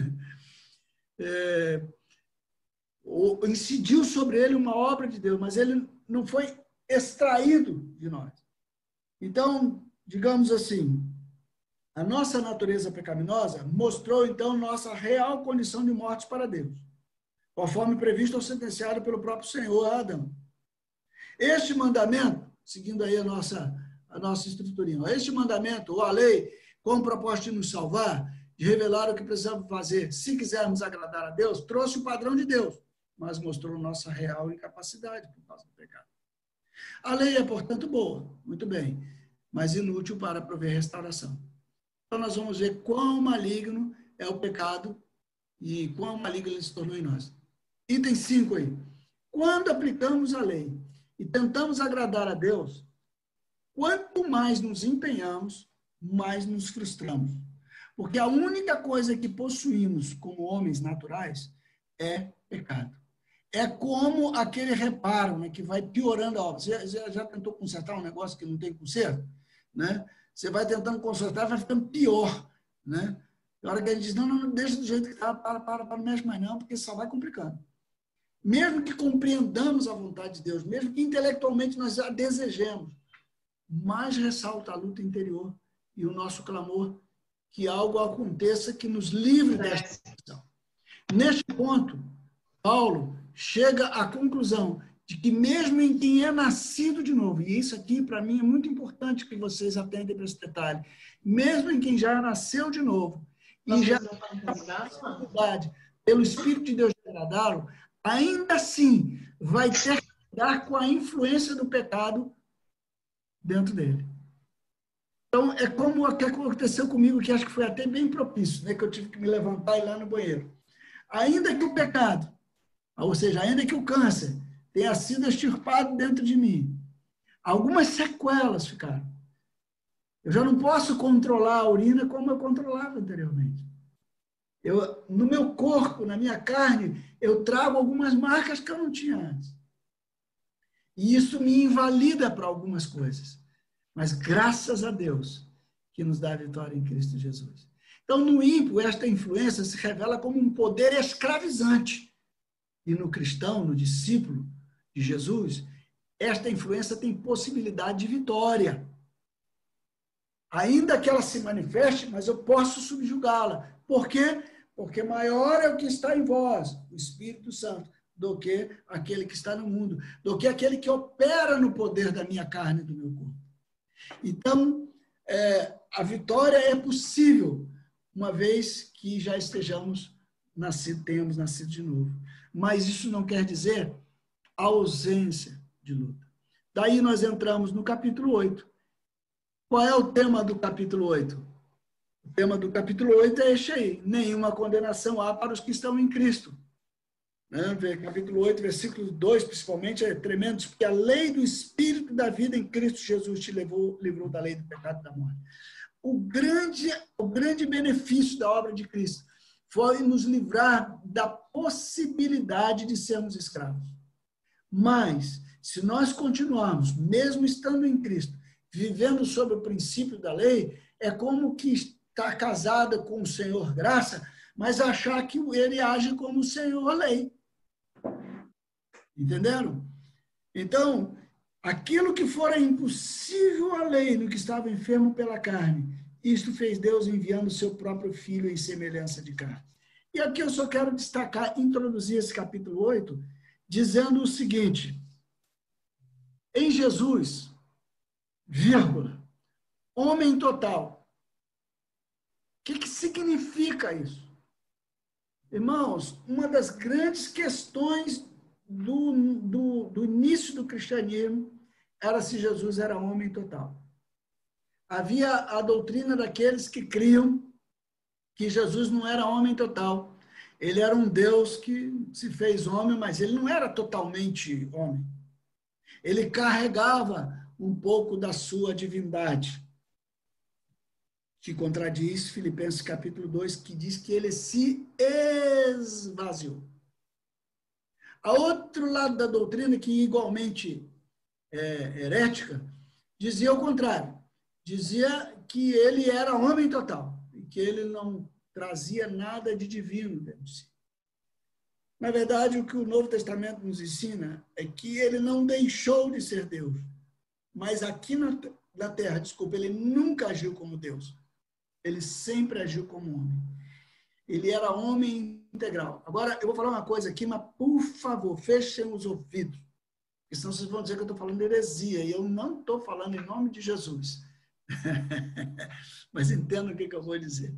Incidiu sobre ele uma obra de Deus, mas ele não foi extraído de nós. Então, digamos assim, a nossa natureza pecaminosa mostrou, então, nossa real condição de mortes para Deus, conforme previsto ou sentenciado pelo próprio Senhor a Adão. Este mandamento, seguindo aí a nossa estruturinha, este mandamento, ou a lei, com o propósito de nos salvar, de revelar o que precisamos fazer, se quisermos agradar a Deus, trouxe o padrão de Deus, mas mostrou nossa real incapacidade por causa do pecado. A lei é, portanto, boa, muito bem, mas inútil para prover restauração. Então, nós vamos ver quão maligno é o pecado e quão maligno ele se tornou em nós. Item 5 aí. Quando aplicamos a lei e tentamos agradar a Deus, quanto mais nos empenhamos, mais nos frustramos. Porque a única coisa que possuímos como homens naturais é pecado. É como aquele reparo, né, que vai piorando a obra. Você já tentou consertar um negócio que não tem conserto? Né? Você vai tentando consertar, vai ficando pior. Né? Na hora que a gente diz, não, deixa do jeito que está, não mexe mais não, porque só vai complicando. Mesmo que compreendamos a vontade de Deus, mesmo que intelectualmente nós a desejemos, mais ressalta a luta interior e o nosso clamor que algo aconteça que nos livre desta situação. Neste ponto, Paulo chega à conclusão de que mesmo em quem é nascido de novo, e isso aqui para mim é muito importante que vocês atentem para esse detalhe, mesmo em quem já nasceu de novo, e já tem capacidade pelo Espírito de Deus de agradá-lo, ainda assim vai ter que lidar com a influência do pecado dentro dele. Então, é como o que aconteceu comigo, que acho que foi até bem propício, né, que eu tive que me levantar e ir lá no banheiro. Ainda que o pecado, ou seja, ainda que o câncer tenha sido extirpado dentro de mim, algumas sequelas ficaram. Eu já não posso controlar a urina como eu controlava anteriormente. No meu corpo, na minha carne, eu trago algumas marcas que eu não tinha antes. E isso me invalida para algumas coisas. Mas graças a Deus que nos dá a vitória em Cristo Jesus. Então, no ímpio, esta influência se revela como um poder escravizante. E no cristão, no discípulo de Jesus, esta influência tem possibilidade de vitória. Ainda que ela se manifeste, mas eu posso subjugá-la. Por quê? Porque maior é o que está em vós, o Espírito Santo, do que aquele que está no mundo, do que aquele que opera no poder da minha carne e do meu corpo. Então, a vitória é possível, uma vez que já tenhamos nascido de novo. Mas isso não quer dizer ausência de luta. Daí nós entramos no capítulo 8. Qual é o tema do capítulo 8? O tema do capítulo 8 é este aí. Nenhuma condenação há para os que estão em Cristo. Capítulo 8, versículo 2, principalmente, é tremendo, porque a lei do Espírito da vida em Cristo Jesus te livrou da lei do pecado e da morte. O grande benefício da obra de Cristo foi nos livrar da possibilidade de sermos escravos. Mas, se nós continuarmos, mesmo estando em Cristo, vivendo sob o princípio da lei, é como que está casada com o Senhor graça, mas achar que ele age como o Senhor lei. Entenderam? Então, aquilo que fora impossível à lei no que estava enfermo pela carne, isto fez Deus enviando o seu próprio Filho em semelhança de carne. E aqui eu só quero destacar, introduzir esse capítulo 8, dizendo o seguinte: em Jesus, vírgula, homem total. O que significa isso? Irmãos, uma das grandes questões do início do cristianismo era se Jesus era homem total. Havia a doutrina daqueles que criam que Jesus não era homem total. Ele era um Deus que se fez homem, mas ele não era totalmente homem. Ele carregava um pouco da sua divindade, que contradiz Filipenses capítulo 2, que diz que ele se esvaziou. A outro lado da doutrina, que igualmente é herética, dizia o contrário. Dizia que ele era homem total, e que ele não trazia nada de divino dentro de si. Na verdade, o que o Novo Testamento nos ensina é que ele não deixou de ser Deus, mas aqui na Terra, ele nunca agiu como Deus. Ele sempre agiu como homem. Ele era homem integral. Agora, eu vou falar uma coisa aqui, mas, por favor, fechem os ouvidos. Porque senão vocês vão dizer que eu estou falando heresia. E eu não estou falando em nome de Jesus. Mas entendam o que eu vou dizer.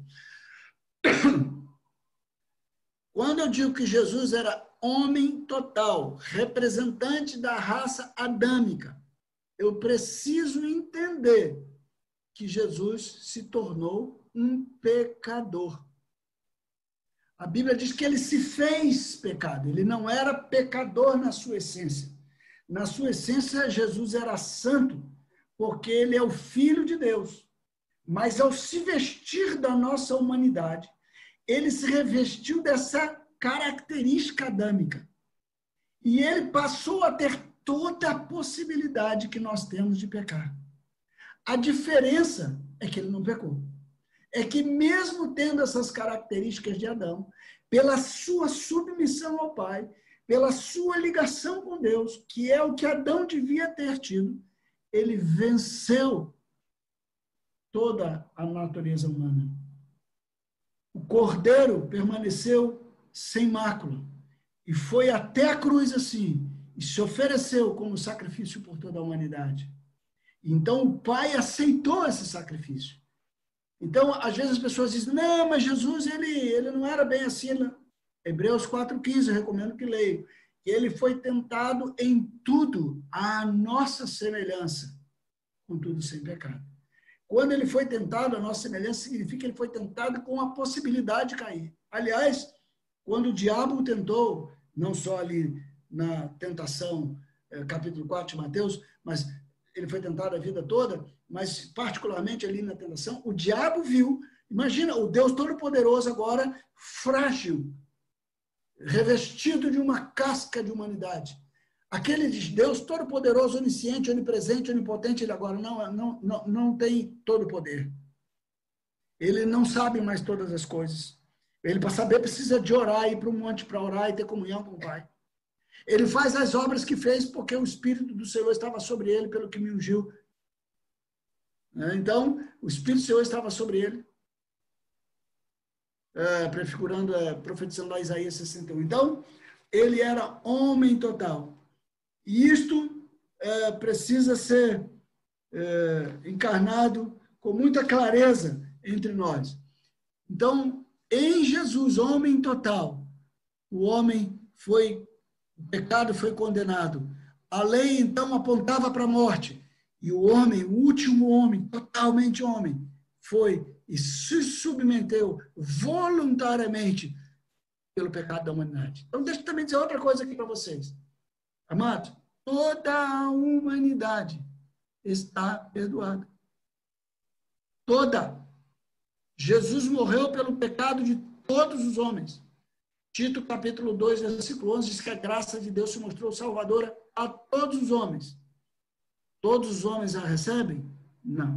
Quando eu digo que Jesus era homem total, representante da raça adâmica, eu preciso entender que Jesus se tornou um pecador. A Bíblia diz que ele se fez pecado. Ele não era pecador na sua essência. Na sua essência, Jesus era santo, porque ele é o Filho de Deus. Mas ao se vestir da nossa humanidade, ele se revestiu dessa característica adâmica. E ele passou a ter toda a possibilidade que nós temos de pecar. A diferença é que ele não pecou. É que mesmo tendo essas características de Adão, pela sua submissão ao Pai, pela sua ligação com Deus, que é o que Adão devia ter tido, ele venceu toda a natureza humana. O Cordeiro permaneceu sem mácula e foi até a cruz assim, e se ofereceu como sacrifício por toda a humanidade. Então o Pai aceitou esse sacrifício. Então, às vezes as pessoas dizem, não, mas Jesus, ele não era bem assim. Não. Hebreus 4,15, eu recomendo que leiam. Ele foi tentado em tudo à nossa semelhança, contudo sem pecado. Quando ele foi tentado, a nossa semelhança significa que ele foi tentado com a possibilidade de cair. Aliás, quando o diabo o tentou, não só ali na tentação, capítulo 4 de Mateus, mas ele foi tentado a vida toda, mas particularmente ali na tentação, o diabo viu, imagina, o Deus Todo-Poderoso agora frágil, revestido de uma casca de humanidade. Aquele Deus Todo-Poderoso, onisciente, onipresente, onipotente, ele agora não tem todo o poder. Ele não sabe mais todas as coisas. Ele, para saber, precisa de orar, ir para um monte para orar e ter comunhão com o Pai. Ele faz as obras que fez porque o Espírito do Senhor estava sobre ele, pelo que me ungiu. Então, o Espírito do Senhor estava sobre ele, prefigurando, profetizando a Isaías 61. Então, ele era homem total. E isto precisa ser encarnado com muita clareza entre nós. Então, em Jesus, homem total, o pecado foi condenado. A lei, então, apontava para a morte. E o homem, o último homem, totalmente homem, foi e se submeteu voluntariamente pelo pecado da humanidade. Então, deixa eu também dizer outra coisa aqui para vocês. Amados, toda a humanidade está perdoada. Toda. Jesus morreu pelo pecado de todos os homens. Tito, capítulo 2, versículo 11, diz que a graça de Deus se mostrou salvadora a todos os homens. Todos os homens a recebem? Não.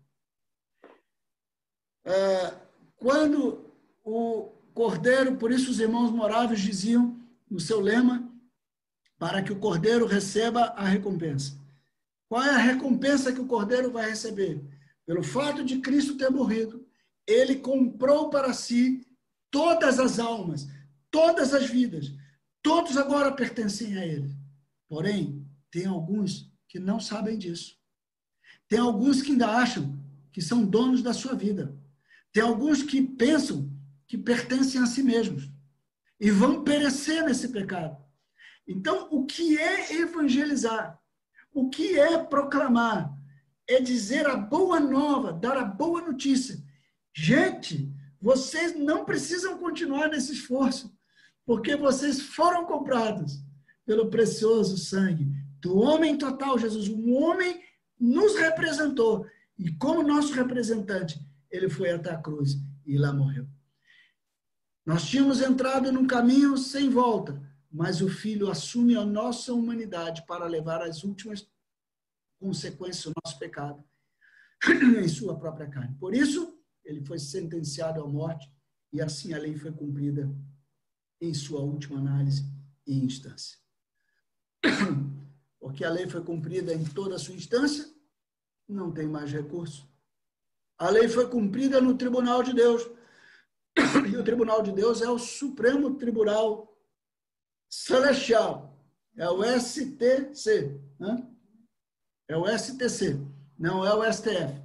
Quando o Cordeiro, por isso os irmãos moráveis diziam no seu lema, para que o Cordeiro receba a recompensa. Qual é a recompensa que o Cordeiro vai receber? Pelo fato de Cristo ter morrido, ele comprou para si todas as almas, todas as vidas, todos agora pertencem a ele. Porém, tem alguns que não sabem disso. Tem alguns que ainda acham que são donos da sua vida. Tem alguns que pensam que pertencem a si mesmos e vão perecer nesse pecado. Então, o que é evangelizar? O que é proclamar? É dizer a boa nova, dar a boa notícia. Gente, vocês não precisam continuar nesse esforço, porque vocês foram comprados pelo precioso sangue do homem total, Jesus. Um homem nos representou e, como nosso representante, ele foi até a cruz e lá morreu. Nós tínhamos entrado num caminho sem volta, mas o Filho assume a nossa humanidade para levar as últimas consequências do nosso pecado em sua própria carne. Por isso, ele foi sentenciado à morte e assim a lei foi cumprida em sua última análise e instância. Porque a lei foi cumprida em toda a sua instância, não tem mais recurso. A lei foi cumprida no tribunal de Deus. E o tribunal de Deus é o Supremo Tribunal Celestial. É o STC. Né? É o STC, não é o STF.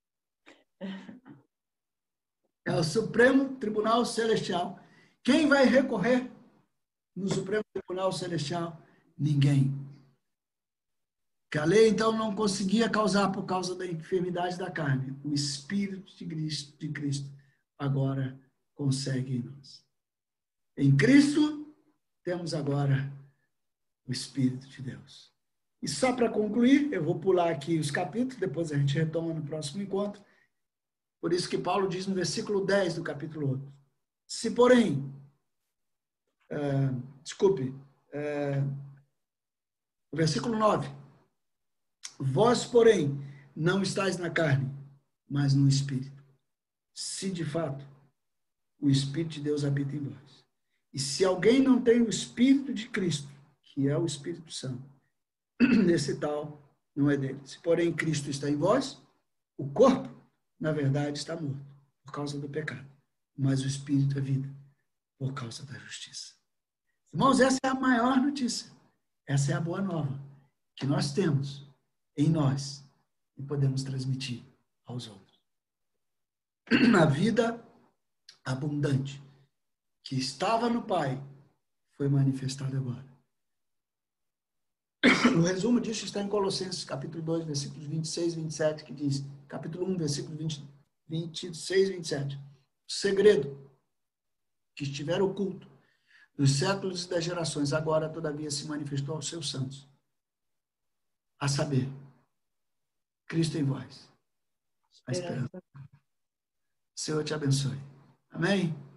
É o Supremo Tribunal Celestial. Quem vai recorrer no Supremo Tribunal Celestial? Ninguém. Que a lei, então, não conseguia causar por causa da enfermidade da carne. O Espírito de Cristo agora consegue em nós. Em Cristo, temos agora o Espírito de Deus. E só para concluir, eu vou pular aqui os capítulos, depois a gente retoma no próximo encontro. Por isso que Paulo diz no versículo 10 do capítulo 8. Se, porém, o versículo 9. Vós, porém, não estáis na carne, mas no Espírito. Se, de fato, o Espírito de Deus habita em vós. E se alguém não tem o Espírito de Cristo, que é o Espírito Santo, esse tal não é dele. Se, porém, Cristo está em vós, o corpo, na verdade, está morto, por causa do pecado. Mas o Espírito é vida, por causa da justiça. Irmãos, essa é a maior notícia. Essa é a boa nova que nós temos em nós e podemos transmitir aos outros. A vida abundante que estava no Pai foi manifestada agora. O resumo disso está em Colossenses, capítulo 2, versículos 26 e 27, que diz, capítulo 1, versículos 26 e 27. O segredo que estiver oculto dos séculos e das gerações, agora, todavia, se manifestou aos seus santos. A saber, Cristo em vós. A esperança. Senhor te abençoe. Amém?